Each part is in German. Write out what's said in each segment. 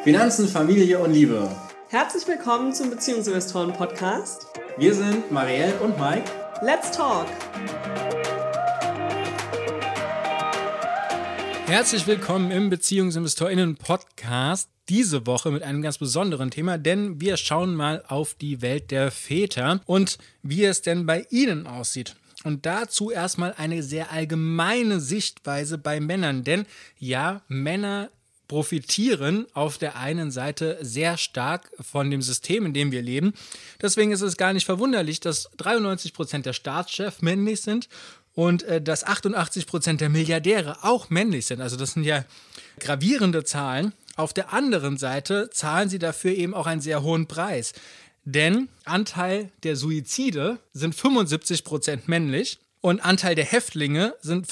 Finanzen, Familie und Liebe. Herzlich willkommen zum Beziehungsinvestoren-Podcast. Wir sind Marielle und Mike. Let's talk! Herzlich willkommen im BeziehungsinvestorInnen-Podcast. Diese Woche mit einem ganz besonderen Thema, denn wir schauen mal auf die Welt der Väter und wie es denn bei ihnen aussieht. Und dazu erstmal eine sehr allgemeine Sichtweise bei Männern, denn ja, Männer profitieren auf der einen Seite sehr stark von dem System, in dem wir leben. Deswegen ist es gar nicht verwunderlich, dass 93% der Staatschefs männlich sind und dass 88% der Milliardäre auch männlich sind. Also das sind ja gravierende Zahlen. Auf der anderen Seite zahlen sie dafür eben auch einen sehr hohen Preis. Denn Anteil der Suizide sind 75% männlich und Anteil der Häftlinge sind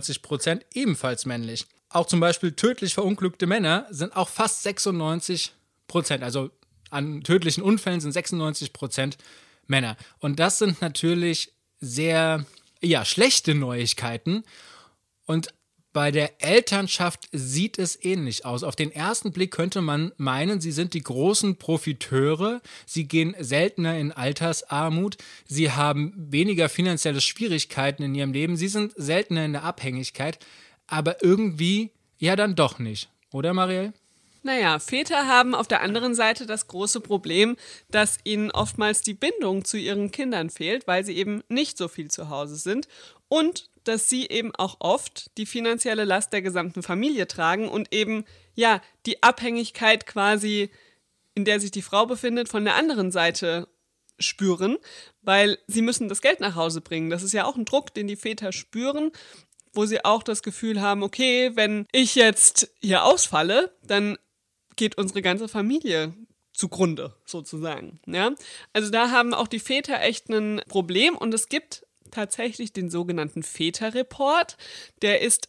95% ebenfalls männlich. Auch zum Beispiel tödlich verunglückte Männer sind auch fast 96%. Also an tödlichen Unfällen sind 96% Männer. Und das sind natürlich sehr schlechte Neuigkeiten. Und bei der Elternschaft sieht es ähnlich aus. Auf den ersten Blick könnte man meinen, sie sind die großen Profiteure, sie gehen seltener in Altersarmut, sie haben weniger finanzielle Schwierigkeiten in ihrem Leben, sie sind seltener in der Abhängigkeit, aber irgendwie ja dann doch nicht. Oder, Marielle? Naja, Väter haben auf der anderen Seite das große Problem, dass ihnen oftmals die Bindung zu ihren Kindern fehlt, weil sie eben nicht so viel zu Hause sind und dass sie eben auch oft die finanzielle Last der gesamten Familie tragen und eben, die Abhängigkeit quasi, in der sich die Frau befindet, von der anderen Seite spüren, weil sie müssen das Geld nach Hause bringen. Das ist ja auch ein Druck, den die Väter spüren, wo sie auch das Gefühl haben, okay, wenn ich jetzt hier ausfalle, dann geht unsere ganze Familie zugrunde, sozusagen. Ja? Also da haben auch die Väter echt ein Problem und es gibt tatsächlich den sogenannten Väter-Report. Der ist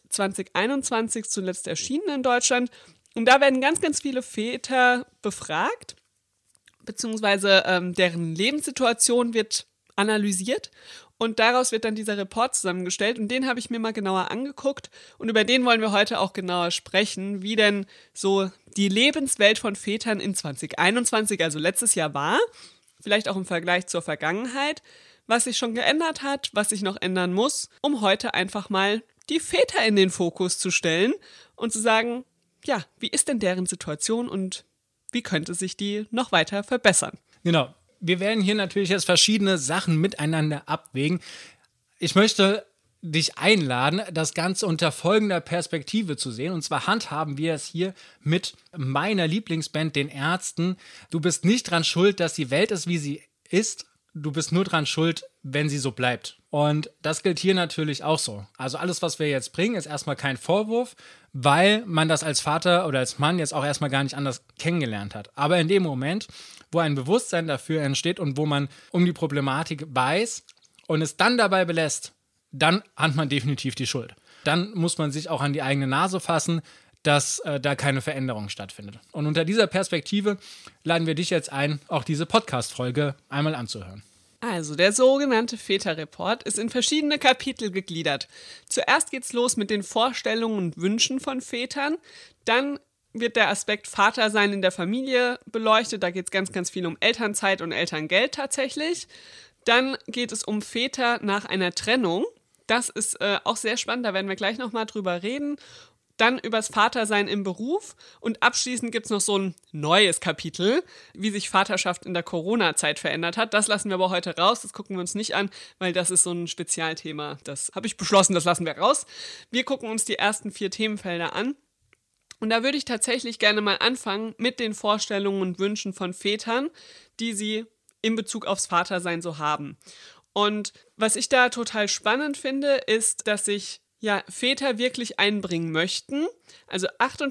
2021 zuletzt erschienen in Deutschland und da werden ganz, ganz viele Väter befragt, beziehungsweise deren Lebenssituation wird analysiert und daraus wird dann dieser Report zusammengestellt und den habe ich mir mal genauer angeguckt und über den wollen wir heute auch genauer sprechen, wie denn so die Lebenswelt von Vätern in 2021, also letztes Jahr war, vielleicht auch im Vergleich zur Vergangenheit, was sich schon geändert hat, was sich noch ändern muss, um heute einfach mal die Väter in den Fokus zu stellen und zu sagen, ja, wie ist denn deren Situation und wie könnte sich die noch weiter verbessern? Genau. Wir werden hier natürlich jetzt verschiedene Sachen miteinander abwägen. Ich möchte dich einladen, das Ganze unter folgender Perspektive zu sehen. Und zwar handhaben wir es hier mit meiner Lieblingsband, den Ärzten. Du bist nicht dran schuld, dass die Welt ist, wie sie ist. Du bist nur dran schuld, wenn sie so bleibt. Und das gilt hier natürlich auch so. Also alles, was wir jetzt bringen, ist erstmal kein Vorwurf, weil man das als Vater oder als Mann jetzt auch erstmal gar nicht anders kennengelernt hat. Aber in dem Moment, wo ein Bewusstsein dafür entsteht und wo man um die Problematik weiß und es dann dabei belässt, dann hat man definitiv die Schuld. Dann muss man sich auch an die eigene Nase fassen, dass da keine Veränderung stattfindet. Und unter dieser Perspektive laden wir dich jetzt ein, auch diese Podcast-Folge einmal anzuhören. Also, der sogenannte Väter-Report ist in verschiedene Kapitel gegliedert. Zuerst geht's los mit den Vorstellungen und Wünschen von Vätern. Dann wird der Aspekt Vatersein in der Familie beleuchtet. Da geht's ganz, ganz viel um Elternzeit und Elterngeld tatsächlich. Dann geht es um Väter nach einer Trennung. Das ist auch sehr spannend, da werden wir gleich nochmal drüber reden. Dann übers Vatersein im Beruf und abschließend gibt es noch so ein neues Kapitel, wie sich Vaterschaft in der Corona-Zeit verändert hat. Das lassen wir aber heute raus, das gucken wir uns nicht an, weil das ist so ein Spezialthema. Das habe ich beschlossen, das lassen wir raus. Wir gucken uns die ersten 4 Themenfelder an. Und da würde ich tatsächlich gerne mal anfangen mit den Vorstellungen und Wünschen von Vätern, die sie in Bezug aufs Vatersein so haben. Und was ich da total spannend finde, ist, dass sich Väter wirklich einbringen möchten. Also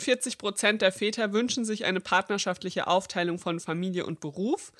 48% der Väter wünschen sich eine partnerschaftliche Aufteilung von Familie und Beruf.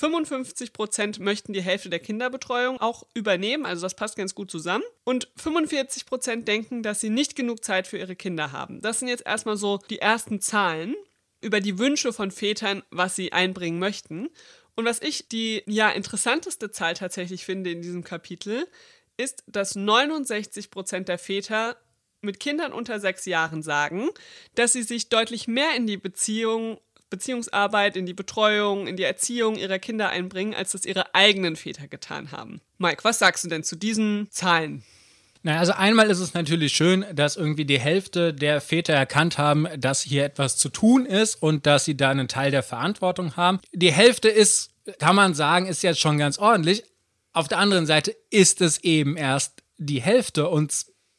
55% möchten die Hälfte der Kinderbetreuung auch übernehmen, also das passt ganz gut zusammen. Und 45% denken, dass sie nicht genug Zeit für ihre Kinder haben. Das sind jetzt erstmal so die ersten Zahlen über die Wünsche von Vätern, was sie einbringen möchten. Und was ich die interessanteste Zahl tatsächlich finde in diesem Kapitel, ist, dass 69% der Väter mit Kindern unter 6 Jahren sagen, dass sie sich deutlich mehr in die Beziehung Beziehungsarbeit, in die Betreuung, in die Erziehung ihrer Kinder einbringen, als das ihre eigenen Väter getan haben. Mike, was sagst du denn zu diesen Zahlen? Na, also einmal ist es natürlich schön, dass irgendwie die Hälfte der Väter erkannt haben, dass hier etwas zu tun ist und dass sie da einen Teil der Verantwortung haben. Die Hälfte ist, kann man sagen, ist jetzt schon ganz ordentlich. Auf der anderen Seite ist es eben erst die Hälfte und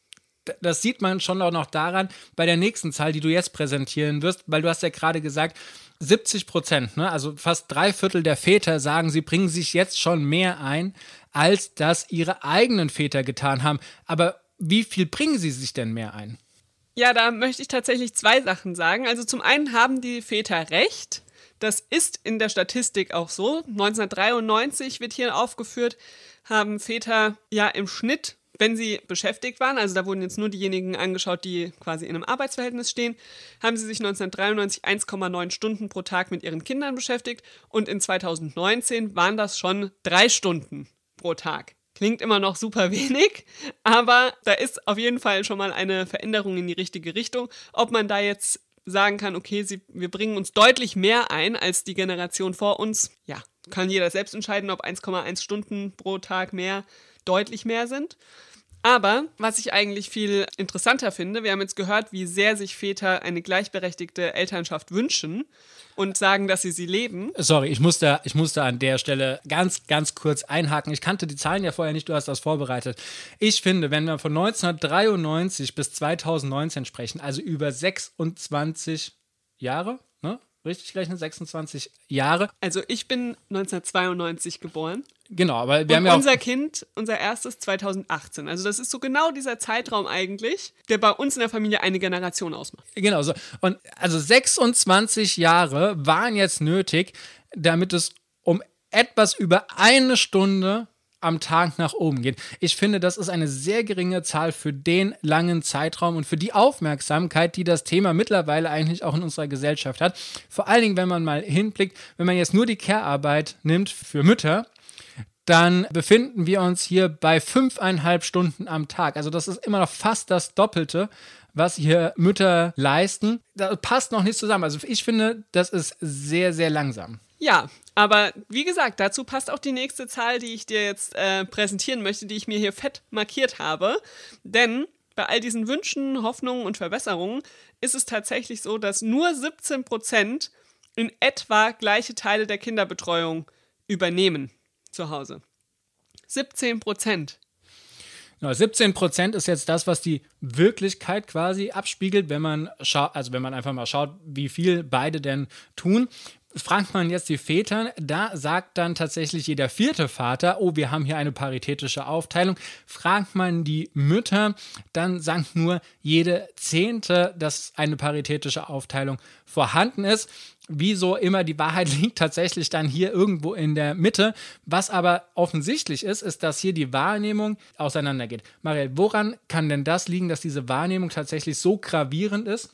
das sieht man schon auch noch daran bei der nächsten Zahl, die du jetzt präsentieren wirst, weil du hast ja gerade gesagt, 70%, ne? Also fast 3/4 der Väter sagen, sie bringen sich jetzt schon mehr ein, als das ihre eigenen Väter getan haben. Aber wie viel bringen sie sich denn mehr ein? Ja, da möchte ich tatsächlich 2 Sachen sagen. Also zum einen haben die Väter recht. Das ist in der Statistik auch so. 1993 wird hier aufgeführt, haben Väter ja im Schnitt, wenn sie beschäftigt waren, also da wurden jetzt nur diejenigen angeschaut, die quasi in einem Arbeitsverhältnis stehen, haben sie sich 1993 1,9 Stunden pro Tag mit ihren Kindern beschäftigt und in 2019 waren das schon 3 Stunden pro Tag. Klingt immer noch super wenig, aber da ist auf jeden Fall schon mal eine Veränderung in die richtige Richtung. Ob man da jetzt sagen kann, okay, wir bringen uns deutlich mehr ein als die Generation vor uns, ja, kann jeder selbst entscheiden, ob 1,1 Stunden pro Tag mehr deutlich mehr sind. Aber was ich eigentlich viel interessanter finde, wir haben jetzt gehört, wie sehr sich Väter eine gleichberechtigte Elternschaft wünschen und sagen, dass sie leben. Sorry, ich musste an der Stelle ganz kurz einhaken. Ich kannte die Zahlen ja vorher nicht, du hast das vorbereitet. Ich finde, wenn wir von 1993 bis 2019 sprechen, also über 26 Jahre, ne? Richtig gerechnet, 26 Jahre. Also ich bin 1992 geboren. Genau, aber wir haben ja ja auch unser Kind, unser erstes 2018. Also das ist so genau dieser Zeitraum eigentlich, der bei uns in der Familie eine Generation ausmacht. Genau so. Und also 26 Jahre waren jetzt nötig, damit es um etwas über 1 Stunde am Tag nach oben geht. Ich finde, das ist eine sehr geringe Zahl für den langen Zeitraum und für die Aufmerksamkeit, die das Thema mittlerweile eigentlich auch in unserer Gesellschaft hat. Vor allen Dingen, wenn man mal hinblickt, wenn man jetzt nur die Care-Arbeit nimmt für Mütter, dann befinden wir uns hier bei 5,5 Stunden am Tag. Also das ist immer noch fast das Doppelte, was hier Mütter leisten. Das passt noch nicht zusammen. Also ich finde, das ist sehr, sehr langsam. Ja, aber wie gesagt, dazu passt auch die nächste Zahl, die ich dir jetzt präsentieren möchte, die ich mir hier fett markiert habe. Denn bei all diesen Wünschen, Hoffnungen und Verbesserungen ist es tatsächlich so, dass nur 17% in etwa gleiche Teile der Kinderbetreuung übernehmen zu Hause. 17%. Genau, 17% ist jetzt das, was die Wirklichkeit quasi abspiegelt, wenn man einfach mal schaut, wie viel beide denn tun. Fragt man jetzt die Väter, da sagt dann tatsächlich jeder 4. Vater, oh, wir haben hier eine paritätische Aufteilung. Fragt man die Mütter, dann sagt nur jede 10., dass eine paritätische Aufteilung vorhanden ist. Wie so immer, die Wahrheit liegt tatsächlich dann hier irgendwo in der Mitte. Was aber offensichtlich ist, ist, dass hier die Wahrnehmung auseinandergeht. Marielle, woran kann denn das liegen, dass diese Wahrnehmung tatsächlich so gravierend ist?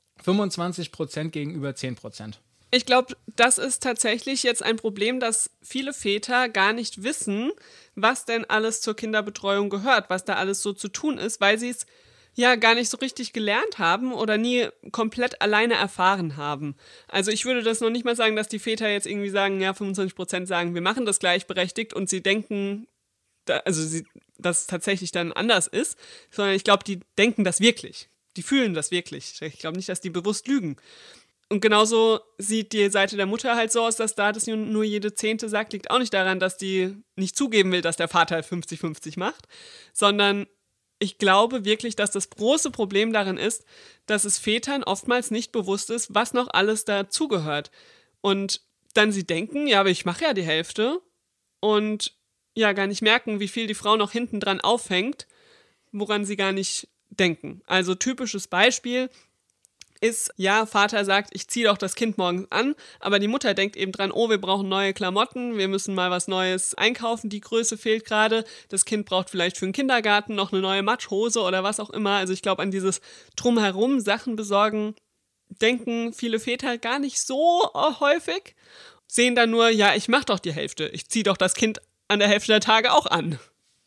25% gegenüber 10%. Ich glaube, das ist tatsächlich jetzt ein Problem, dass viele Väter gar nicht wissen, was denn alles zur Kinderbetreuung gehört, was da alles so zu tun ist, weil sie es ja gar nicht so richtig gelernt haben oder nie komplett alleine erfahren haben. Also ich würde das noch nicht mal sagen, dass die Väter jetzt irgendwie sagen, ja, 25% sagen, wir machen das gleichberechtigt und sie denken, dass es tatsächlich dann anders ist, sondern ich glaube, die denken das wirklich. Die fühlen das wirklich. Ich glaube nicht, dass die bewusst lügen. Und genauso sieht die Seite der Mutter halt so aus, dass da das nur jede 10. sagt, liegt auch nicht daran, dass die nicht zugeben will, dass der Vater 50-50 macht, sondern ich glaube wirklich, dass das große Problem darin ist, dass es Vätern oftmals nicht bewusst ist, was noch alles dazugehört. Und dann sie denken, ja, aber ich mache ja die Hälfte und ja gar nicht merken, wie viel die Frau noch hinten dran aufhängt, woran sie gar nicht denken. Also typisches Beispiel ist, ja, Vater sagt, ich ziehe doch das Kind morgens an, aber die Mutter denkt eben dran, oh, wir brauchen neue Klamotten, wir müssen mal was Neues einkaufen, die Größe fehlt gerade, das Kind braucht vielleicht für den Kindergarten noch eine neue Matschhose oder was auch immer. Also ich glaube, an dieses Drumherum Sachen besorgen, denken viele Väter gar nicht so häufig, sehen dann nur, ja, ich mache doch die Hälfte, ich ziehe doch das Kind an der Hälfte der Tage auch an.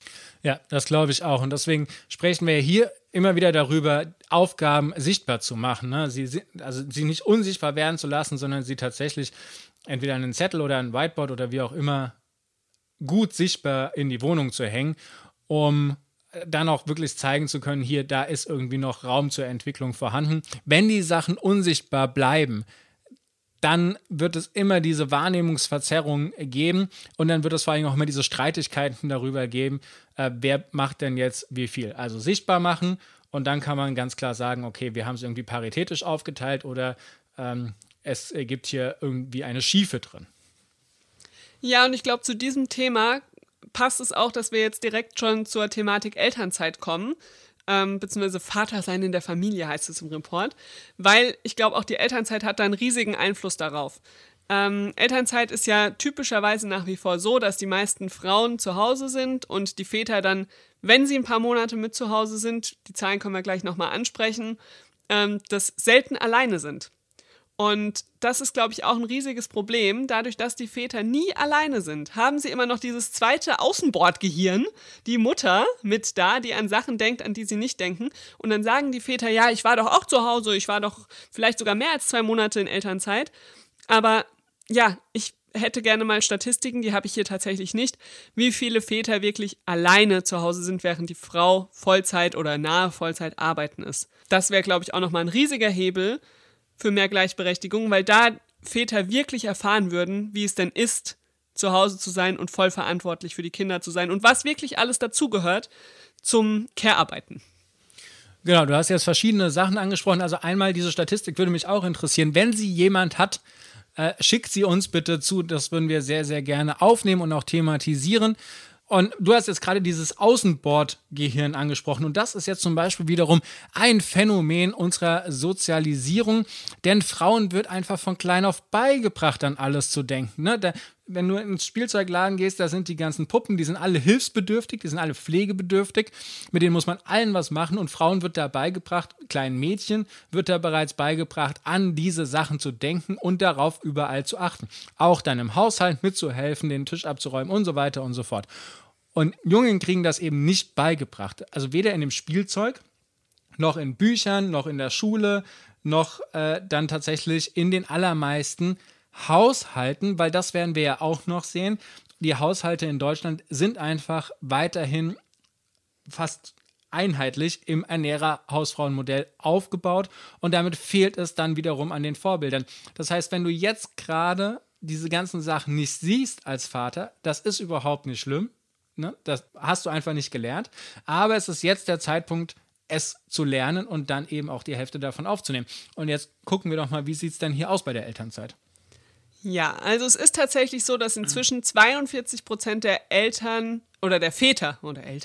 Ja, das glaube ich auch. Und deswegen sprechen wir hier immer wieder darüber, Aufgaben sichtbar zu machen. Ne? Sie nicht unsichtbar werden zu lassen, sondern sie tatsächlich entweder an einen Zettel oder ein Whiteboard oder wie auch immer gut sichtbar in die Wohnung zu hängen, um dann auch wirklich zeigen zu können, hier, da ist irgendwie noch Raum zur Entwicklung vorhanden. Wenn die Sachen unsichtbar bleiben, dann wird es immer diese Wahrnehmungsverzerrung geben und dann wird es vor allem auch immer diese Streitigkeiten darüber geben, wer macht denn jetzt wie viel. Also sichtbar machen und dann kann man ganz klar sagen, okay, wir haben es irgendwie paritätisch aufgeteilt oder es gibt hier irgendwie eine Schiefe drin. Ja, und ich glaube, zu diesem Thema passt es auch, dass wir jetzt direkt schon zur Thematik Elternzeit kommen, beziehungsweise Vater sein in der Familie heißt es im Report, weil ich glaube, auch die Elternzeit hat da einen riesigen Einfluss darauf. Elternzeit ist ja typischerweise nach wie vor so, dass die meisten Frauen zu Hause sind und die Väter dann, wenn sie ein paar Monate mit zu Hause sind, die Zahlen können wir gleich nochmal ansprechen, das selten alleine sind. Und das ist, glaube ich, auch ein riesiges Problem. Dadurch, dass die Väter nie alleine sind, haben sie immer noch dieses zweite Außenbordgehirn, die Mutter mit da, die an Sachen denkt, an die sie nicht denken. Und dann sagen die Väter, ja, ich war doch auch zu Hause, ich war doch vielleicht sogar mehr als 2 Monate in Elternzeit. Aber ja, ich hätte gerne mal Statistiken, die habe ich hier tatsächlich nicht, wie viele Väter wirklich alleine zu Hause sind, während die Frau Vollzeit oder nahe Vollzeit arbeiten ist. Das wäre, glaube ich, auch nochmal ein riesiger Hebel für mehr Gleichberechtigung, weil da Väter wirklich erfahren würden, wie es denn ist, zu Hause zu sein und voll verantwortlich für die Kinder zu sein und was wirklich alles dazugehört zum Care-Arbeiten. Genau, du hast jetzt verschiedene Sachen angesprochen. Also einmal diese Statistik würde mich auch interessieren. Wenn sie jemand hat, schickt sie uns bitte zu. Das würden wir sehr, sehr gerne aufnehmen und auch thematisieren. Und du hast jetzt gerade dieses Außenbordgehirn angesprochen und das ist jetzt zum Beispiel wiederum ein Phänomen unserer Sozialisierung, denn Frauen wird einfach von klein auf beigebracht, an alles zu denken. Ne? Wenn du ins Spielzeugladen gehst, da sind die ganzen Puppen, die sind alle hilfsbedürftig, die sind alle pflegebedürftig, mit denen muss man allen was machen und Frauen wird da beigebracht, kleinen Mädchen wird da bereits beigebracht, an diese Sachen zu denken und darauf überall zu achten. Auch dann im Haushalt mitzuhelfen, den Tisch abzuräumen und so weiter und so fort. Und Jungen kriegen das eben nicht beigebracht. Also weder in dem Spielzeug, noch in Büchern, noch in der Schule, noch dann tatsächlich in den allermeisten Haushalten, weil das werden wir ja auch noch sehen. Die Haushalte in Deutschland sind einfach weiterhin fast einheitlich im Ernährer-Hausfrauenmodell aufgebaut und damit fehlt es dann wiederum an den Vorbildern. Das heißt, wenn du jetzt gerade diese ganzen Sachen nicht siehst als Vater, das ist überhaupt nicht schlimm. Ne? Das hast du einfach nicht gelernt. Aber es ist jetzt der Zeitpunkt, es zu lernen und dann eben auch die Hälfte davon aufzunehmen. Und jetzt gucken wir doch mal, wie sieht es denn hier aus bei der Elternzeit? Ja, also es ist tatsächlich so, dass inzwischen 42% der Eltern oder der Väter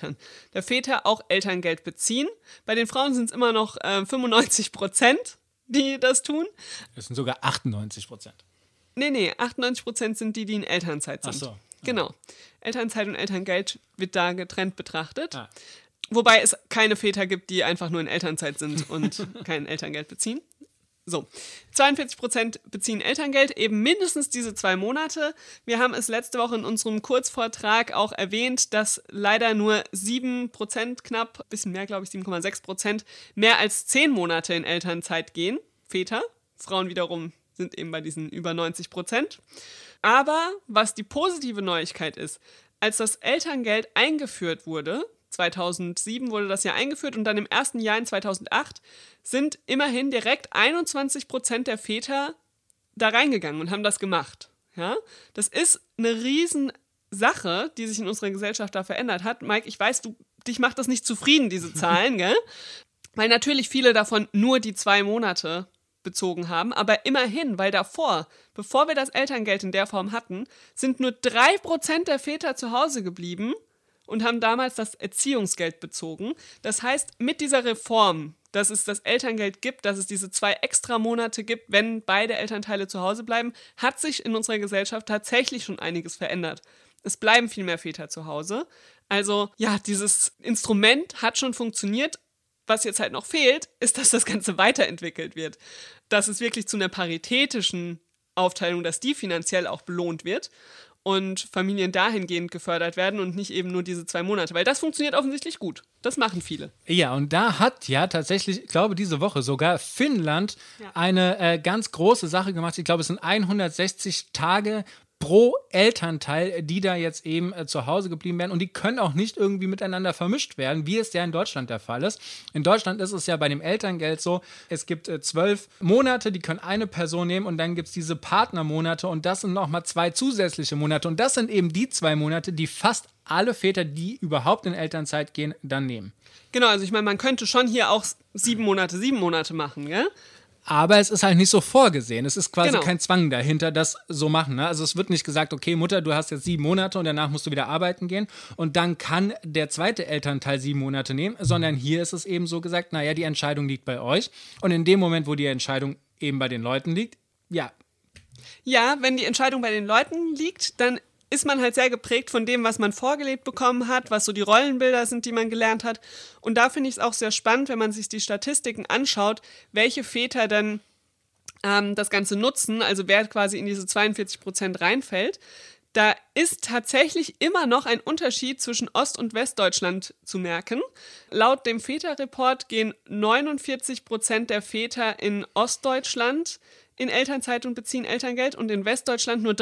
auch Elterngeld beziehen. Bei den Frauen sind es immer noch 95%, die das tun. Es sind sogar 98%. Nee, 98% sind die in Elternzeit sind. Ach so. Genau. Elternzeit und Elterngeld wird da getrennt betrachtet. Ah. Wobei es keine Väter gibt, die einfach nur in Elternzeit sind und kein Elterngeld beziehen. So, 42% beziehen Elterngeld, eben mindestens diese 2 Monate. Wir haben es letzte Woche in unserem Kurzvortrag auch erwähnt, dass leider nur 7%, knapp, ein bisschen mehr, glaube ich, 7,6%, mehr als 10 Monate in Elternzeit gehen. Väter, Frauen wiederum sind eben bei diesen über 90%. Aber was die positive Neuigkeit ist, als das Elterngeld eingeführt wurde, 2007 wurde das ja eingeführt und dann im ersten Jahr in 2008 sind immerhin direkt 21% der Väter da reingegangen und haben das gemacht. Ja? Das ist eine Riesensache, die sich in unserer Gesellschaft da verändert hat. Mike, ich weiß, dich macht das nicht zufrieden, diese Zahlen, gell? Weil natürlich viele davon nur die 2 Monate bezogen haben, aber immerhin, weil davor, bevor wir das Elterngeld in der Form hatten, sind nur 3% der Väter zu Hause geblieben und haben damals das Erziehungsgeld bezogen. Das heißt, mit dieser Reform, dass es das Elterngeld gibt, dass es diese 2 extra Monate gibt, wenn beide Elternteile zu Hause bleiben, hat sich in unserer Gesellschaft tatsächlich schon einiges verändert. Es bleiben viel mehr Väter zu Hause. Also ja, dieses Instrument hat schon funktioniert. Was jetzt halt noch fehlt, ist, dass das Ganze weiterentwickelt wird. Dass es wirklich zu einer paritätischen Aufteilung, dass die finanziell auch belohnt wird. und Familien dahingehend gefördert werden und nicht eben nur diese 2 Monate. Weil das funktioniert offensichtlich gut. Das machen viele. Ja, und da hat ja tatsächlich, ich glaube, diese Woche sogar Finnland eine ganz große Sache gemacht. Ich glaube, es sind 160 Tage pro Elternteil, die da jetzt eben zu Hause geblieben werden. Und die können auch nicht irgendwie miteinander vermischt werden, wie es ja in Deutschland der Fall ist. In Deutschland ist es ja bei dem Elterngeld so, es gibt 12 Monate, die können eine Person nehmen und dann gibt es diese Partnermonate und das sind nochmal 2 zusätzliche Monate. Und das sind eben die 2 Monate, die fast alle Väter, die überhaupt in Elternzeit gehen, dann nehmen. Genau, also ich meine, man könnte schon hier auch 7 Monate machen, gell? Aber es ist halt nicht so vorgesehen. Es ist quasi Genau. kein Zwang dahinter, das so machen. Ne? Also es wird nicht gesagt, okay, Mutter, du hast jetzt 7 Monate und danach musst du wieder arbeiten gehen. Und dann kann der zweite Elternteil 7 Monate nehmen, sondern hier ist es eben so gesagt, naja, die Entscheidung liegt bei euch. Und in dem Moment, wo die Entscheidung eben bei den Leuten liegt, ja. Ja, wenn die Entscheidung bei den Leuten liegt, dann ist man halt sehr geprägt von dem, was man vorgelebt bekommen hat, was so die Rollenbilder sind, die man gelernt hat. Und da finde ich es auch sehr spannend, wenn man sich die Statistiken anschaut, welche Väter dann das Ganze nutzen, also wer quasi in diese 42% reinfällt. Da ist tatsächlich immer noch ein Unterschied zwischen Ost- und Westdeutschland zu merken. Laut dem Väterreport gehen 49% der Väter in Ostdeutschland in Elternzeit und beziehen Elterngeld und in Westdeutschland nur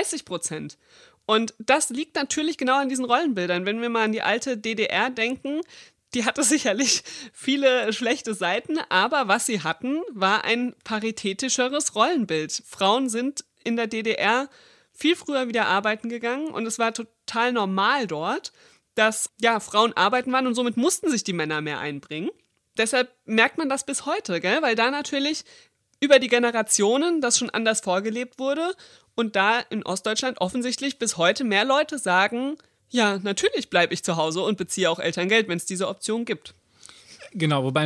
33%. Und das liegt natürlich genau an diesen Rollenbildern. Wenn wir mal an die alte DDR denken, die hatte sicherlich viele schlechte Seiten, aber was sie hatten, war ein paritätischeres Rollenbild. Frauen sind in der DDR viel früher wieder arbeiten gegangen und es war total normal dort, dass Frauen arbeiten waren und somit mussten sich die Männer mehr einbringen. Deshalb merkt man das bis heute, gell? Weil da natürlich über die Generationen das schon anders vorgelebt wurde und da in Ostdeutschland offensichtlich bis heute mehr Leute sagen, ja, natürlich bleibe ich zu Hause und beziehe auch Elterngeld, wenn es diese Option gibt. Genau, wobei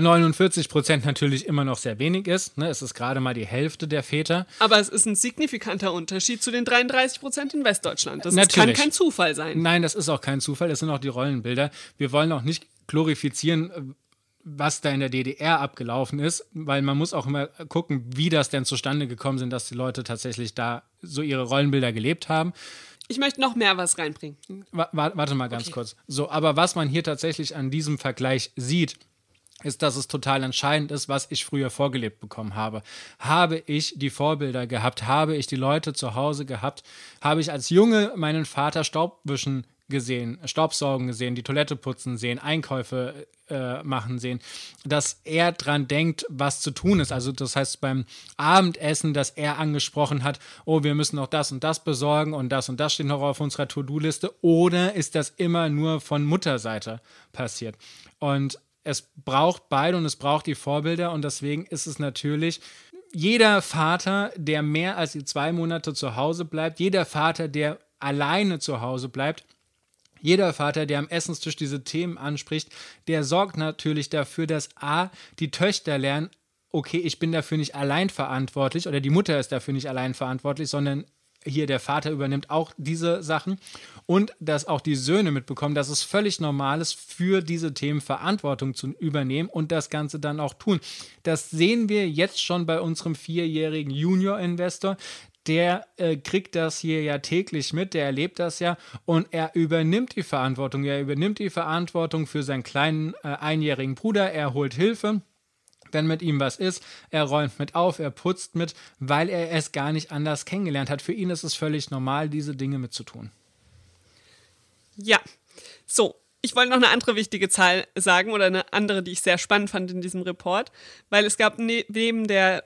49% natürlich immer noch sehr wenig ist. Ne? Es ist gerade mal die Hälfte der Väter. Aber es ist ein signifikanter Unterschied zu den 33% in Westdeutschland. Das Natürlich. kann kein Zufall sein. Nein, das ist auch kein Zufall, das sind auch die Rollenbilder. Wir wollen auch nicht glorifizieren, was da in der DDR abgelaufen ist, weil man muss auch immer gucken, wie das denn zustande gekommen sind, dass die Leute tatsächlich da so ihre Rollenbilder gelebt haben. Ich möchte noch mehr was reinbringen. Warte mal ganz kurz. So, aber was man hier tatsächlich an diesem Vergleich sieht, ist, dass es total entscheidend ist, was ich früher vorgelebt bekommen habe. Habe ich die Vorbilder gehabt? Habe ich die Leute zu Hause gehabt? Habe ich als Junge meinen Vater Staubwischen gesehen, Staubsaugen gesehen, die Toilette putzen sehen, Einkäufe machen sehen, dass er dran denkt, was zu tun ist. Also das heißt beim Abendessen, dass er angesprochen hat, oh, wir müssen noch das und das besorgen und das steht noch auf unserer To-Do-Liste. Oder ist das immer nur von Mutterseite passiert? Und es braucht beide und es braucht die Vorbilder und deswegen ist es natürlich jeder Vater, der mehr als die 2 Monate zu Hause bleibt, jeder Vater, der alleine zu Hause bleibt, jeder Vater, der am Essenstisch diese Themen anspricht, der sorgt natürlich dafür, dass die Töchter lernen, okay, ich bin dafür nicht allein verantwortlich oder die Mutter ist dafür nicht allein verantwortlich, sondern hier der Vater übernimmt auch diese Sachen und dass auch die Söhne mitbekommen, dass es völlig normal ist, für diese Themen Verantwortung zu übernehmen und das Ganze dann auch tun. Das sehen wir jetzt schon bei unserem 4-jährigen Junior-Investor. Der kriegt das hier ja täglich mit, der erlebt das ja und er übernimmt die Verantwortung. Er übernimmt die Verantwortung für seinen kleinen 1-jährigen Bruder, er holt Hilfe, wenn mit ihm was ist, er räumt mit auf, er putzt mit, weil er es gar nicht anders kennengelernt hat. Für ihn ist es völlig normal, diese Dinge mitzutun. Ja, so. Ich wollte noch eine andere wichtige Zahl sagen oder eine andere, die ich sehr spannend fand in diesem Report, weil es gab neben der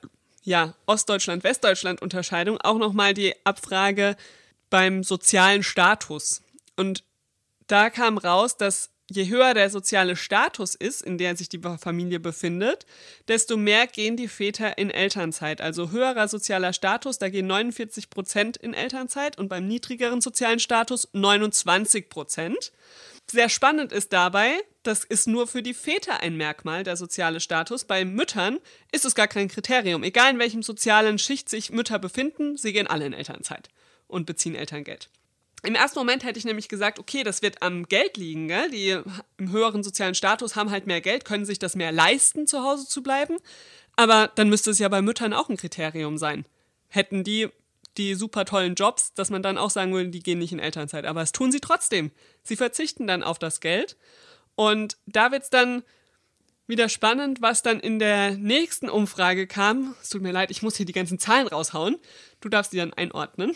Ostdeutschland-Westdeutschland-Unterscheidung auch nochmal die Abfrage beim sozialen Status. Und da kam raus, dass je höher der soziale Status ist, in der sich die Familie befindet, desto mehr gehen die Väter in Elternzeit. Also höherer sozialer Status, da gehen 49% in Elternzeit und beim niedrigeren sozialen Status 29%. Sehr spannend ist dabei, das ist nur für die Väter ein Merkmal, der soziale Status. Bei Müttern ist es gar kein Kriterium. Egal in welchem sozialen Schicht sich Mütter befinden, sie gehen alle in Elternzeit und beziehen Elterngeld. Im ersten Moment hätte ich nämlich gesagt, okay, das wird am Geld liegen, gell? Die im höheren sozialen Status haben halt mehr Geld, können sich das mehr leisten, zu Hause zu bleiben. Aber dann müsste es ja bei Müttern auch ein Kriterium sein. Hätten die die super tollen Jobs, dass man dann auch sagen würde, die gehen nicht in Elternzeit. Aber das tun sie trotzdem. Sie verzichten dann auf das Geld. Und da wird es dann wieder spannend, was dann in der nächsten Umfrage kam. Es tut mir leid, ich muss hier die ganzen Zahlen raushauen. Du darfst die dann einordnen.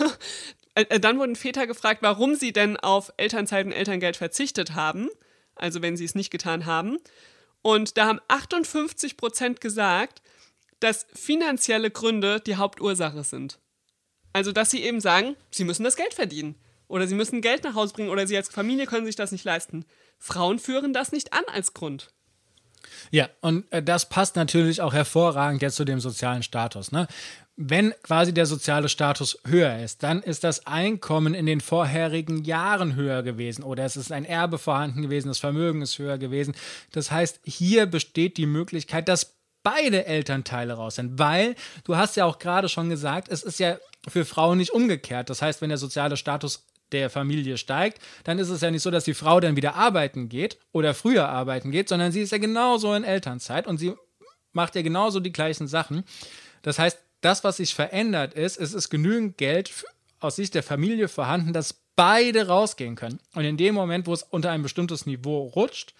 Dann wurden Väter gefragt, warum sie denn auf Elternzeit und Elterngeld verzichtet haben. Also wenn sie es nicht getan haben. Und da haben 58% gesagt, dass finanzielle Gründe die Hauptursache sind. Also dass sie eben sagen, sie müssen das Geld verdienen. Oder sie müssen Geld nach Hause bringen. Oder sie als Familie können sich das nicht leisten. Frauen führen das nicht an als Grund. Ja, und das passt natürlich auch hervorragend jetzt zu dem sozialen Status. Ne? Wenn quasi der soziale Status höher ist, dann ist das Einkommen in den vorherigen Jahren höher gewesen oder es ist ein Erbe vorhanden gewesen, das Vermögen ist höher gewesen. Das heißt, hier besteht die Möglichkeit, dass beide Elternteile raus sind, weil du hast ja auch gerade schon gesagt, es ist ja für Frauen nicht umgekehrt. Das heißt, wenn der soziale Status der Familie steigt, dann ist es ja nicht so, dass die Frau dann wieder arbeiten geht oder früher arbeiten geht, sondern sie ist ja genauso in Elternzeit und sie macht ja genauso die gleichen Sachen. Das heißt, das, was sich verändert ist, es ist genügend Geld aus Sicht der Familie vorhanden, dass beide rausgehen können. Und in dem Moment, wo es unter ein bestimmtes Niveau rutscht,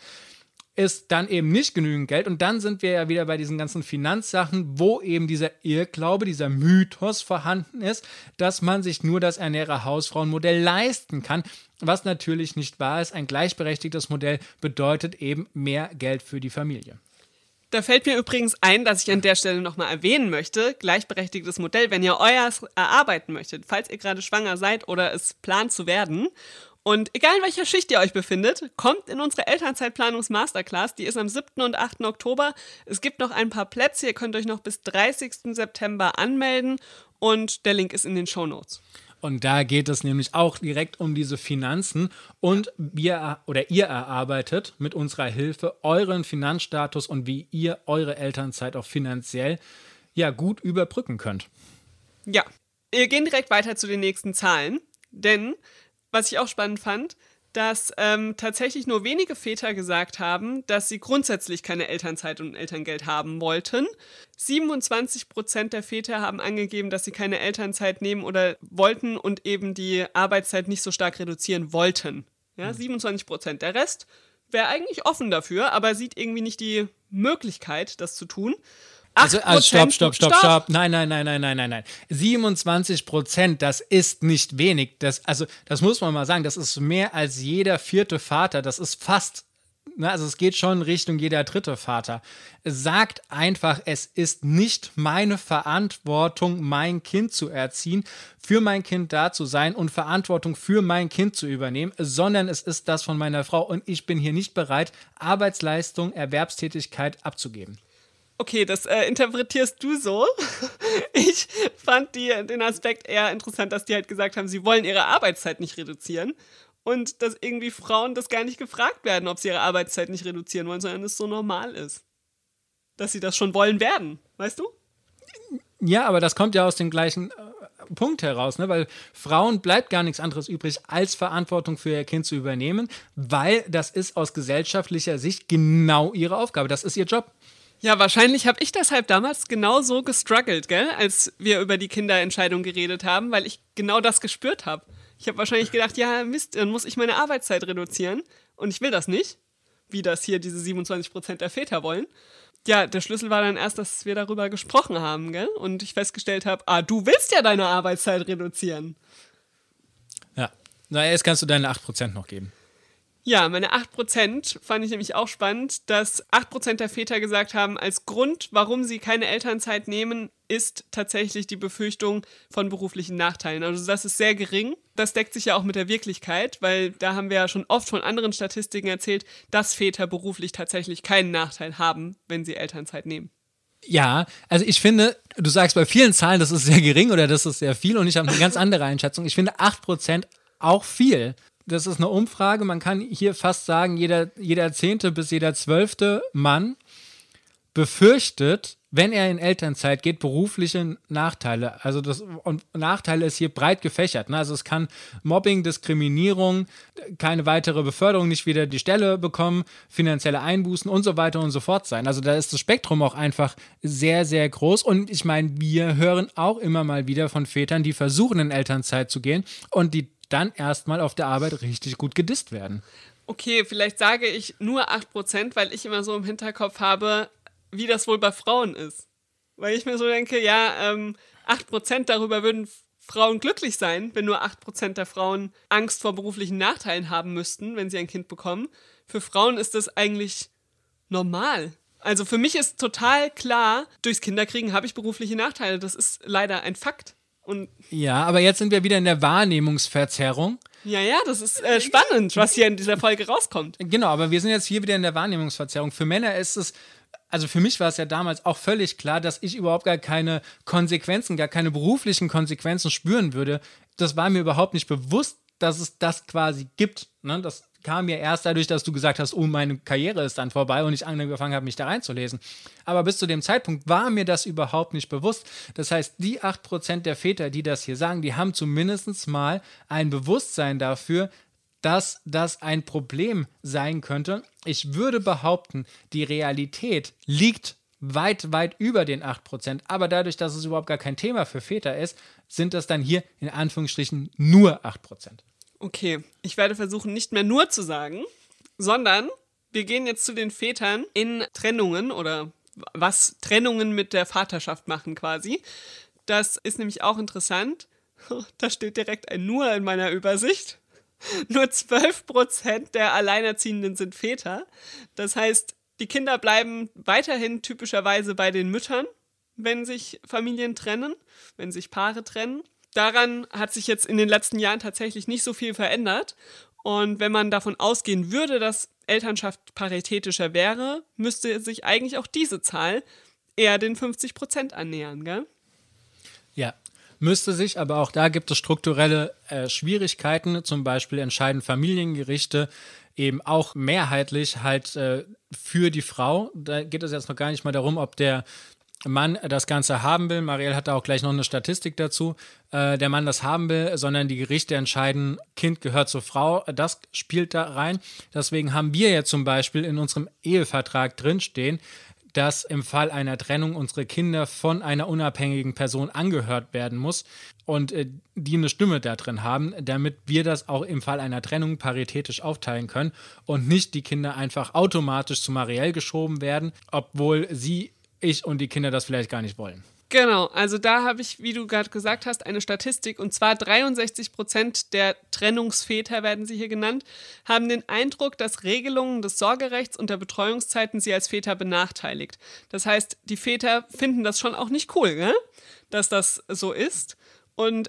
ist dann eben nicht genügend Geld und dann sind wir ja wieder bei diesen ganzen Finanzsachen, wo eben dieser Irrglaube, dieser Mythos vorhanden ist, dass man sich nur das Ernährer-Hausfrauen-Modell leisten kann, was natürlich nicht wahr ist. Ein gleichberechtigtes Modell bedeutet eben mehr Geld für die Familie. Da fällt mir übrigens ein, dass ich an der Stelle nochmal erwähnen möchte, gleichberechtigtes Modell, wenn ihr euers erarbeiten möchtet, falls ihr gerade schwanger seid oder es plant zu werden. Und egal in welcher Schicht ihr euch befindet, kommt in unsere Elternzeitplanungs-Masterclass. Die ist am 7. und 8. Oktober. Es gibt noch ein paar Plätze. Ihr könnt euch noch bis 30. September anmelden. Und der Link ist in den Shownotes. Und da geht es nämlich auch direkt um diese Finanzen. Und ihr erarbeitet mit unserer Hilfe euren Finanzstatus und wie ihr eure Elternzeit auch finanziell gut überbrücken könnt. Ja, wir gehen direkt weiter zu den nächsten Zahlen. Denn was ich auch spannend fand, dass tatsächlich nur wenige Väter gesagt haben, dass sie grundsätzlich keine Elternzeit und Elterngeld haben wollten. 27% der Väter haben angegeben, dass sie keine Elternzeit nehmen oder wollten und eben die Arbeitszeit nicht so stark reduzieren wollten. Ja, 27%. Der Rest wäre eigentlich offen dafür, aber sieht irgendwie nicht die Möglichkeit, das zu tun. Also stopp. Nein. 27%, das ist nicht wenig. Das muss man mal sagen, das ist mehr als jeder vierte Vater. Das ist fast, also es geht schon Richtung jeder dritte Vater. Sagt einfach, es ist nicht meine Verantwortung, mein Kind zu erziehen, für mein Kind da zu sein und Verantwortung für mein Kind zu übernehmen, sondern es ist das von meiner Frau und ich bin hier nicht bereit, Arbeitsleistung, Erwerbstätigkeit abzugeben. Okay, das interpretierst du so. Ich fand den Aspekt eher interessant, dass die halt gesagt haben, sie wollen ihre Arbeitszeit nicht reduzieren und dass irgendwie Frauen das gar nicht gefragt werden, ob sie ihre Arbeitszeit nicht reduzieren wollen, sondern es so normal ist, dass sie das schon wollen werden, weißt du? Ja, aber das kommt ja aus dem gleichen Punkt heraus, ne? Weil Frauen bleibt gar nichts anderes übrig, als Verantwortung für ihr Kind zu übernehmen, weil das ist aus gesellschaftlicher Sicht genau ihre Aufgabe, das ist ihr Job. Ja, wahrscheinlich habe ich deshalb damals genau so gestruggelt, gell, als wir über die Kinderentscheidung geredet haben, weil ich genau das gespürt habe. Ich habe wahrscheinlich gedacht, ja Mist, dann muss ich meine Arbeitszeit reduzieren und ich will das nicht, wie das hier diese 27% der Väter wollen. Ja, der Schlüssel war dann erst, dass wir darüber gesprochen haben, gell, und ich festgestellt habe, du willst ja deine Arbeitszeit reduzieren. Ja, na jetzt kannst du deine 8% noch geben. Ja, meine 8% fand ich nämlich auch spannend, dass 8% der Väter gesagt haben, als Grund, warum sie keine Elternzeit nehmen, ist tatsächlich die Befürchtung von beruflichen Nachteilen. Also das ist sehr gering. Das deckt sich ja auch mit der Wirklichkeit, weil da haben wir ja schon oft von anderen Statistiken erzählt, dass Väter beruflich tatsächlich keinen Nachteil haben, wenn sie Elternzeit nehmen. Ja, also ich finde, du sagst bei vielen Zahlen, das ist sehr gering oder das ist sehr viel und ich habe eine ganz andere Einschätzung. Ich finde 8% auch viel. Das ist eine Umfrage, man kann hier fast sagen, jeder 10. bis jeder 12. Mann befürchtet, wenn er in Elternzeit geht, berufliche Nachteile. Und Nachteile ist hier breit gefächert. Ne? Also es kann Mobbing, Diskriminierung, keine weitere Beförderung, nicht wieder die Stelle bekommen, finanzielle Einbußen und so weiter und so fort sein. Also da ist das Spektrum auch einfach sehr, sehr groß. Und ich meine, wir hören auch immer mal wieder von Vätern, die versuchen, in Elternzeit zu gehen und die dann erstmal auf der Arbeit richtig gut gedisst werden. Okay, vielleicht sage ich nur 8%, weil ich immer so im Hinterkopf habe, wie das wohl bei Frauen ist. Weil ich mir so denke, ja, 8% darüber würden Frauen glücklich sein, wenn nur 8% der Frauen Angst vor beruflichen Nachteilen haben müssten, wenn sie ein Kind bekommen. Für Frauen ist das eigentlich normal. Also für mich ist total klar, durchs Kinderkriegen habe ich berufliche Nachteile. Das ist leider ein Fakt. Und ja, aber jetzt sind wir wieder in der Wahrnehmungsverzerrung. Ja, das ist spannend, was hier in dieser Folge rauskommt. Genau, aber wir sind jetzt hier wieder in der Wahrnehmungsverzerrung. Für Männer ist es, also für mich war es ja damals auch völlig klar, dass ich überhaupt gar keine Konsequenzen, gar keine beruflichen Konsequenzen spüren würde. Das war mir überhaupt nicht bewusst, dass es das quasi gibt. Ne? Das kam mir erst dadurch, dass du gesagt hast, oh, meine Karriere ist dann vorbei und ich angefangen habe, mich da reinzulesen. Aber bis zu dem Zeitpunkt war mir das überhaupt nicht bewusst. Das heißt, die 8% der Väter, die das hier sagen, die haben zumindest mal ein Bewusstsein dafür, dass das ein Problem sein könnte. Ich würde behaupten, die Realität liegt weit, weit über den 8%. Aber dadurch, dass es überhaupt gar kein Thema für Väter ist, sind das dann hier in Anführungsstrichen nur 8%. Okay, ich werde versuchen, nicht mehr nur zu sagen, sondern wir gehen jetzt zu den Vätern in Trennungen oder was Trennungen mit der Vaterschaft machen quasi. Das ist nämlich auch interessant. Da steht direkt ein Nur in meiner Übersicht. Nur 12% der Alleinerziehenden sind Väter. Das heißt, die Kinder bleiben weiterhin typischerweise bei den Müttern, wenn sich Familien trennen, wenn sich Paare trennen. Daran hat sich jetzt in den letzten Jahren tatsächlich nicht so viel verändert. Und wenn man davon ausgehen würde, dass Elternschaft paritätischer wäre, müsste sich eigentlich auch diese Zahl eher den 50% annähern, gell? Ja, müsste sich, aber auch da gibt es strukturelle Schwierigkeiten. Zum Beispiel entscheiden Familiengerichte eben auch mehrheitlich halt für die Frau. Da geht es jetzt noch gar nicht mal darum, ob der Mann das Ganze haben will. Marielle hat da auch gleich noch eine Statistik dazu. Der Mann das haben will, sondern die Gerichte entscheiden, Kind gehört zur Frau. Das spielt da rein. Deswegen haben wir ja zum Beispiel in unserem Ehevertrag drinstehen, dass im Fall einer Trennung unsere Kinder von einer unabhängigen Person angehört werden muss und die eine Stimme da drin haben, damit wir das auch im Fall einer Trennung paritätisch aufteilen können und nicht die Kinder einfach automatisch zu Marielle geschoben werden, obwohl ich und die Kinder das vielleicht gar nicht wollen. Genau, also da habe ich, wie du gerade gesagt hast, eine Statistik, und zwar 63% der Trennungsväter, werden sie hier genannt, haben den Eindruck, dass Regelungen des Sorgerechts und der Betreuungszeiten sie als Väter benachteiligt. Das heißt, die Väter finden das schon auch nicht cool, gell? Dass das so ist. Und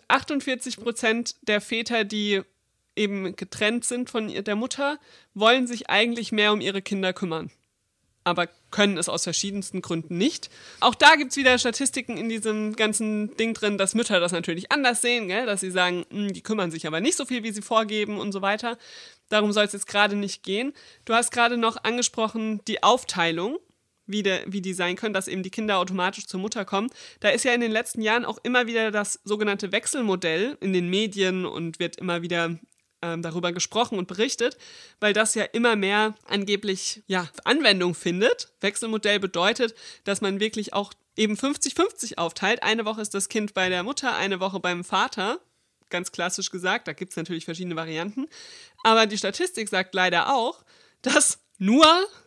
48% der Väter, die eben getrennt sind von der Mutter, wollen sich eigentlich mehr um ihre Kinder kümmern, aber können es aus verschiedensten Gründen nicht. Auch da gibt es wieder Statistiken in diesem ganzen Ding drin, dass Mütter das natürlich anders sehen, gell? Dass sie sagen, die kümmern sich aber nicht so viel, wie sie vorgeben und so weiter. Darum soll es jetzt gerade nicht gehen. Du hast gerade noch angesprochen, die Aufteilung, wie die sein können, dass eben die Kinder automatisch zur Mutter kommen. Da ist ja in den letzten Jahren auch immer wieder das sogenannte Wechselmodell in den Medien und wird immer wieder darüber gesprochen und berichtet, weil das ja immer mehr angeblich Anwendung findet. Wechselmodell bedeutet, dass man wirklich auch eben 50-50 aufteilt. Eine Woche ist das Kind bei der Mutter, eine Woche beim Vater. Ganz klassisch gesagt, da gibt es natürlich verschiedene Varianten. Aber die Statistik sagt leider auch, dass nur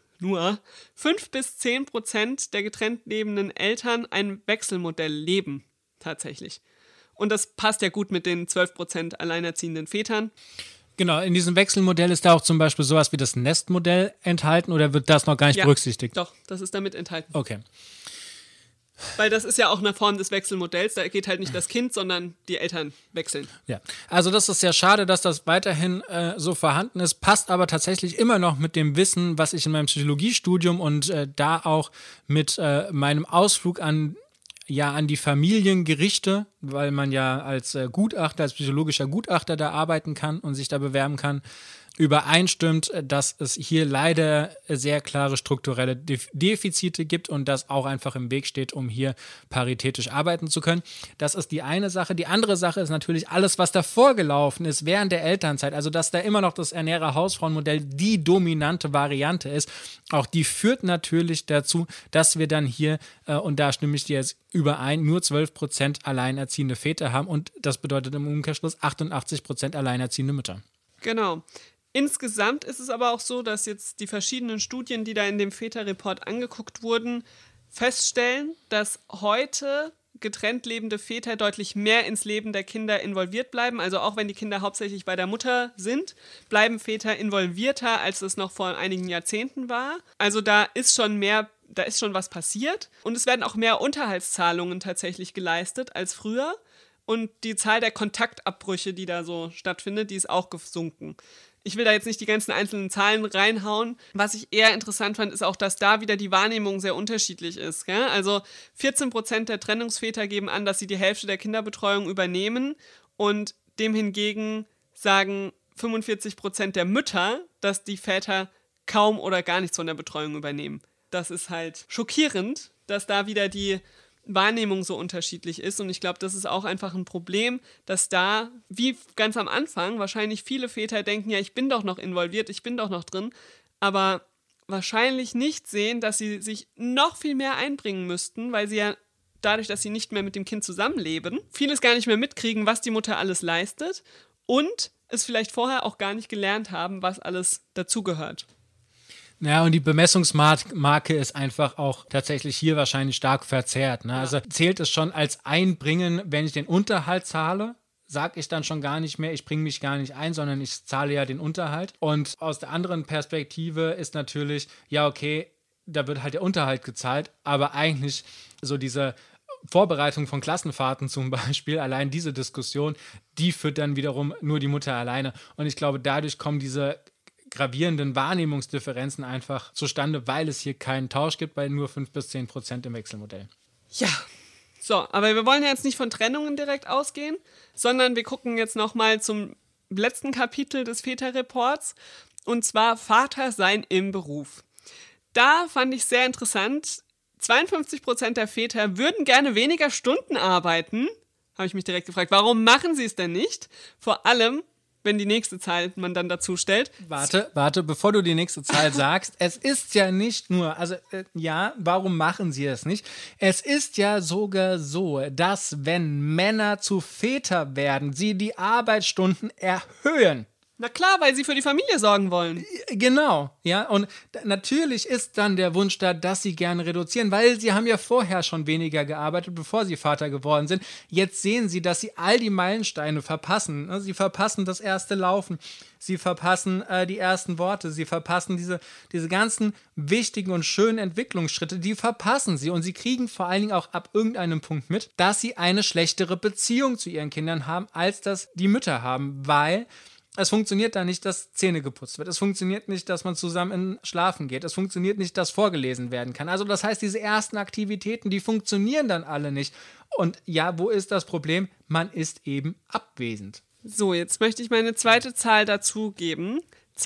5-10% der getrennt lebenden Eltern ein Wechselmodell leben, tatsächlich. Und das passt ja gut mit den 12% alleinerziehenden Vätern. Genau, in diesem Wechselmodell ist da auch zum Beispiel sowas wie das Nestmodell enthalten, oder wird das noch gar nicht berücksichtigt? Doch, das ist damit enthalten. Okay. Weil das ist ja auch eine Form des Wechselmodells, da geht halt nicht das Kind, sondern die Eltern wechseln. Ja, also das ist sehr schade, dass das weiterhin so vorhanden ist, passt aber tatsächlich immer noch mit dem Wissen, was ich in meinem Psychologiestudium und da auch mit meinem Ausflug an die Familiengerichte, weil man ja als Gutachter, als psychologischer Gutachter da arbeiten kann und sich da bewerben kann, übereinstimmt, dass es hier leider sehr klare strukturelle Defizite gibt und das auch einfach im Weg steht, um hier paritätisch arbeiten zu können. Das ist die eine Sache. Die andere Sache ist natürlich alles, was davor gelaufen ist während der Elternzeit, also dass da immer noch das Ernährer-Hausfrauenmodell die dominante Variante ist. Auch die führt natürlich dazu, dass wir dann hier, und da stimme ich dir jetzt überein, nur 12% alleinerziehende Väter haben und das bedeutet im Umkehrschluss 88% alleinerziehende Mütter. Genau. Insgesamt ist es aber auch so, dass jetzt die verschiedenen Studien, die da in dem Väter-Report angeguckt wurden, feststellen, dass heute getrennt lebende Väter deutlich mehr ins Leben der Kinder involviert bleiben. Also auch wenn die Kinder hauptsächlich bei der Mutter sind, bleiben Väter involvierter, als es noch vor einigen Jahrzehnten war. Also da ist schon was passiert. Und es werden auch mehr Unterhaltszahlungen tatsächlich geleistet als früher. Und die Zahl der Kontaktabbrüche, die da so stattfindet, die ist auch gesunken. Ich will da jetzt nicht die ganzen einzelnen Zahlen reinhauen. Was ich eher interessant fand, ist auch, dass da wieder die Wahrnehmung sehr unterschiedlich ist. Gell? Also 14% der Trennungsväter geben an, dass sie die Hälfte der Kinderbetreuung übernehmen und dem hingegen sagen 45% der Mütter, dass die Väter kaum oder gar nichts von der Betreuung übernehmen. Das ist halt schockierend, dass da wieder die Wahrnehmung so unterschiedlich ist und ich glaube, das ist auch einfach ein Problem, dass da, wie ganz am Anfang, wahrscheinlich viele Väter denken, ja, ich bin doch noch involviert, ich bin doch noch drin, aber wahrscheinlich nicht sehen, dass sie sich noch viel mehr einbringen müssten, weil sie ja dadurch, dass sie nicht mehr mit dem Kind zusammenleben, vieles gar nicht mehr mitkriegen, was die Mutter alles leistet und es vielleicht vorher auch gar nicht gelernt haben, was alles dazugehört. Ja, und die Bemessungsmarke ist einfach auch tatsächlich hier wahrscheinlich stark verzerrt. Ne? Ja. Also zählt es schon als Einbringen, wenn ich den Unterhalt zahle, sage ich dann schon gar nicht mehr, ich bringe mich gar nicht ein, sondern ich zahle ja den Unterhalt. Und aus der anderen Perspektive ist natürlich, ja okay, da wird halt der Unterhalt gezahlt, aber eigentlich so diese Vorbereitung von Klassenfahrten zum Beispiel, allein diese Diskussion, die führt dann wiederum nur die Mutter alleine. Und ich glaube, dadurch kommen diese gravierenden Wahrnehmungsdifferenzen einfach zustande, weil es hier keinen Tausch gibt, bei nur 5-10% im Wechselmodell. Ja, so, aber wir wollen ja jetzt nicht von Trennungen direkt ausgehen, sondern wir gucken jetzt nochmal zum letzten Kapitel des Väter-Reports und zwar Vater sein im Beruf. Da fand ich sehr interessant, 52% der Väter würden gerne weniger Stunden arbeiten. Habe ich mich direkt gefragt, warum machen sie es denn nicht? Vor allem, wenn die nächste Zahl man dann dazu stellt. Warte, bevor du die nächste Zahl sagst, es ist ja nicht nur, also ja, warum machen sie es nicht? Es ist ja sogar so, dass wenn Männer zu Väter werden, sie die Arbeitsstunden erhöhen. Na klar, weil sie für die Familie sorgen wollen. Genau, ja, und natürlich ist dann der Wunsch da, dass sie gerne reduzieren, weil sie haben ja vorher schon weniger gearbeitet, bevor sie Vater geworden sind. Jetzt sehen sie, dass sie all die Meilensteine verpassen. Sie verpassen das erste Laufen, sie verpassen die ersten Worte, sie verpassen diese ganzen wichtigen und schönen Entwicklungsschritte, die verpassen sie und sie kriegen vor allen Dingen auch ab irgendeinem Punkt mit, dass sie eine schlechtere Beziehung zu ihren Kindern haben, als das die Mütter haben, weil es funktioniert da nicht, dass Zähne geputzt wird. Es funktioniert nicht, dass man zusammen schlafen geht. Es funktioniert nicht, dass vorgelesen werden kann. Also das heißt, diese ersten Aktivitäten, die funktionieren dann alle nicht. Und ja, wo ist das Problem? Man ist eben abwesend. So, jetzt möchte ich meine zweite Zahl dazugeben.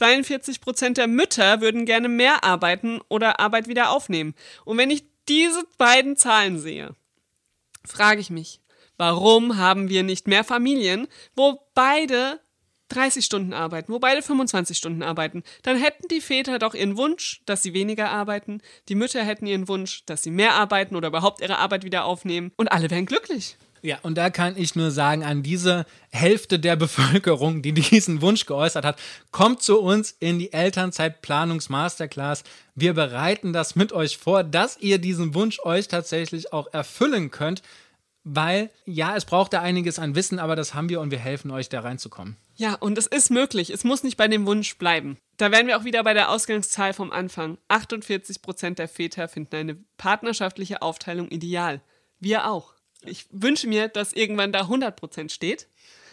42% der Mütter würden gerne mehr arbeiten oder Arbeit wieder aufnehmen. Und wenn ich diese beiden Zahlen sehe, frage ich mich, warum haben wir nicht mehr Familien, wo beide 30 Stunden arbeiten, wo beide 25 Stunden arbeiten, dann hätten die Väter doch ihren Wunsch, dass sie weniger arbeiten, die Mütter hätten ihren Wunsch, dass sie mehr arbeiten oder überhaupt ihre Arbeit wieder aufnehmen und alle wären glücklich. Ja, und da kann ich nur sagen, an diese Hälfte der Bevölkerung, die diesen Wunsch geäußert hat, kommt zu uns in die Elternzeit-Planungs-Masterclass. Wir bereiten das mit euch vor, dass ihr diesen Wunsch euch tatsächlich auch erfüllen könnt, weil, ja, es braucht da einiges an Wissen, aber das haben wir und wir helfen euch, da reinzukommen. Ja, und es ist möglich. Es muss nicht bei dem Wunsch bleiben. Da wären wir auch wieder bei der Ausgangszahl vom Anfang. 48% der Väter finden eine partnerschaftliche Aufteilung ideal. Wir auch. Ich wünsche mir, dass irgendwann da 100% steht,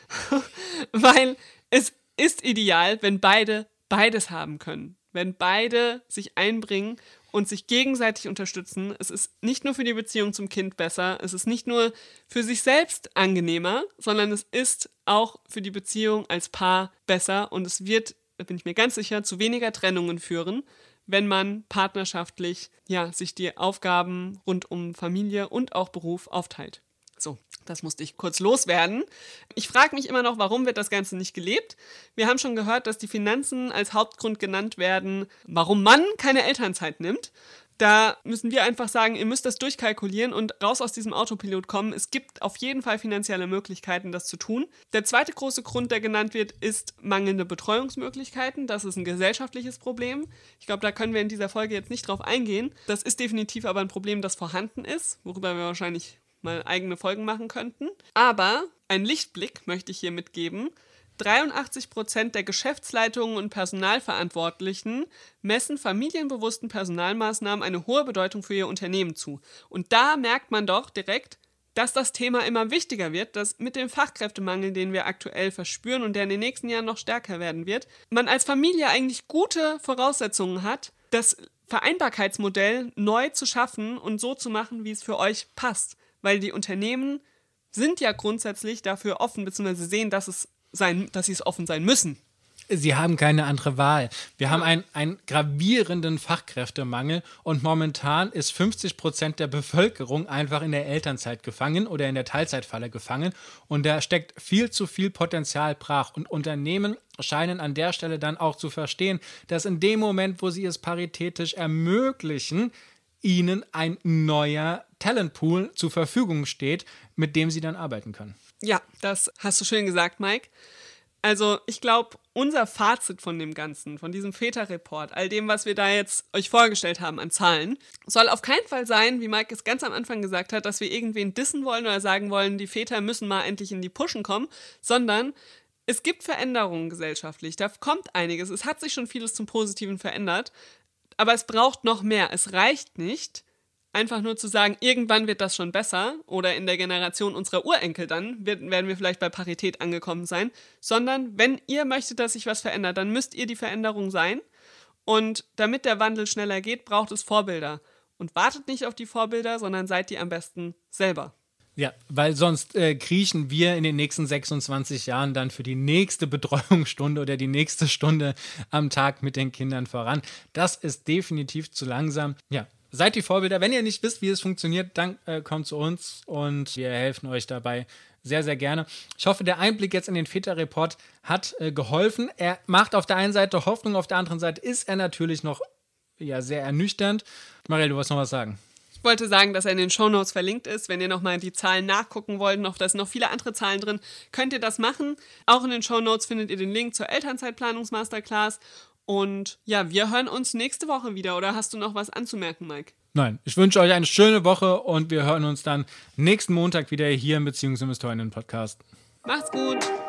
weil es ist ideal, wenn beide beides haben können. Wenn beide sich einbringen und sich gegenseitig unterstützen. Es ist nicht nur für die Beziehung zum Kind besser, es ist nicht nur für sich selbst angenehmer, sondern es ist auch für die Beziehung als Paar besser und es wird bin ich mir ganz sicher, zu weniger Trennungen führen, wenn man partnerschaftlich sich die Aufgaben rund um Familie und auch Beruf aufteilt. So, das musste ich kurz loswerden. Ich frage mich immer noch, warum wird das Ganze nicht gelebt? Wir haben schon gehört, dass die Finanzen als Hauptgrund genannt werden, warum man keine Elternzeit nimmt. Da müssen wir einfach sagen, ihr müsst das durchkalkulieren und raus aus diesem Autopilot kommen. Es gibt auf jeden Fall finanzielle Möglichkeiten, das zu tun. Der zweite große Grund, der genannt wird, ist mangelnde Betreuungsmöglichkeiten. Das ist ein gesellschaftliches Problem. Ich glaube, da können wir in dieser Folge jetzt nicht drauf eingehen. Das ist definitiv aber ein Problem, das vorhanden ist, worüber wir wahrscheinlich mal eigene Folgen machen könnten. Aber einen Lichtblick möchte ich hier mitgeben. 83% der Geschäftsleitungen und Personalverantwortlichen messen familienbewussten Personalmaßnahmen eine hohe Bedeutung für ihr Unternehmen zu. Und da merkt man doch direkt, dass das Thema immer wichtiger wird, dass mit dem Fachkräftemangel, den wir aktuell verspüren und der in den nächsten Jahren noch stärker werden wird, man als Familie eigentlich gute Voraussetzungen hat, das Vereinbarkeitsmodell neu zu schaffen und so zu machen, wie es für euch passt. Weil die Unternehmen sind ja grundsätzlich dafür offen, beziehungsweise sehen, dass sie es offen sein müssen. Sie haben keine andere Wahl. Wir haben einen gravierenden Fachkräftemangel und momentan ist 50% der Bevölkerung einfach in der Elternzeit gefangen oder in der Teilzeitfalle gefangen und da steckt viel zu viel Potenzial brach und Unternehmen scheinen an der Stelle dann auch zu verstehen, dass in dem Moment, wo sie es paritätisch ermöglichen, ihnen ein neuer Talentpool zur Verfügung steht, mit dem sie dann arbeiten können. Ja, das hast du schön gesagt, Mike. Also ich glaube, unser Fazit von dem Ganzen, von diesem Väter-Report, all dem, was wir da jetzt euch vorgestellt haben an Zahlen, soll auf keinen Fall sein, wie Mike es ganz am Anfang gesagt hat, dass wir irgendwen dissen wollen oder sagen wollen, die Väter müssen mal endlich in die Puschen kommen, sondern es gibt Veränderungen gesellschaftlich, da kommt einiges, es hat sich schon vieles zum Positiven verändert, aber es braucht noch mehr, es reicht nicht, einfach nur zu sagen, irgendwann wird das schon besser oder in der Generation unserer Urenkel dann werden wir vielleicht bei Parität angekommen sein, sondern wenn ihr möchtet, dass sich was verändert, dann müsst ihr die Veränderung sein und damit der Wandel schneller geht, braucht es Vorbilder und wartet nicht auf die Vorbilder, sondern seid die am besten selber. Ja, weil sonst kriechen wir in den nächsten 26 Jahren dann für die nächste Betreuungsstunde oder die nächste Stunde am Tag mit den Kindern voran. Das ist definitiv zu langsam. Ja, seid die Vorbilder. Wenn ihr nicht wisst, wie es funktioniert, dann kommt zu uns und wir helfen euch dabei sehr, sehr gerne. Ich hoffe, der Einblick jetzt in den Väter-Report hat geholfen. Er macht auf der einen Seite Hoffnung, auf der anderen Seite ist er natürlich noch sehr ernüchternd. Marielle, du wolltest noch was sagen? Ich wollte sagen, dass er in den Shownotes verlinkt ist. Wenn ihr nochmal die Zahlen nachgucken wollt, da sind noch viele andere Zahlen drin, könnt ihr das machen. Auch in den Shownotes findet ihr den Link zur Elternzeitplanungs-Masterclass. Und ja, wir hören uns nächste Woche wieder. Oder hast du noch was anzumerken, Mike? Nein, ich wünsche euch eine schöne Woche und wir hören uns dann nächsten Montag wieder hier im Beziehungsinvestorinnen-Podcast. Macht's gut!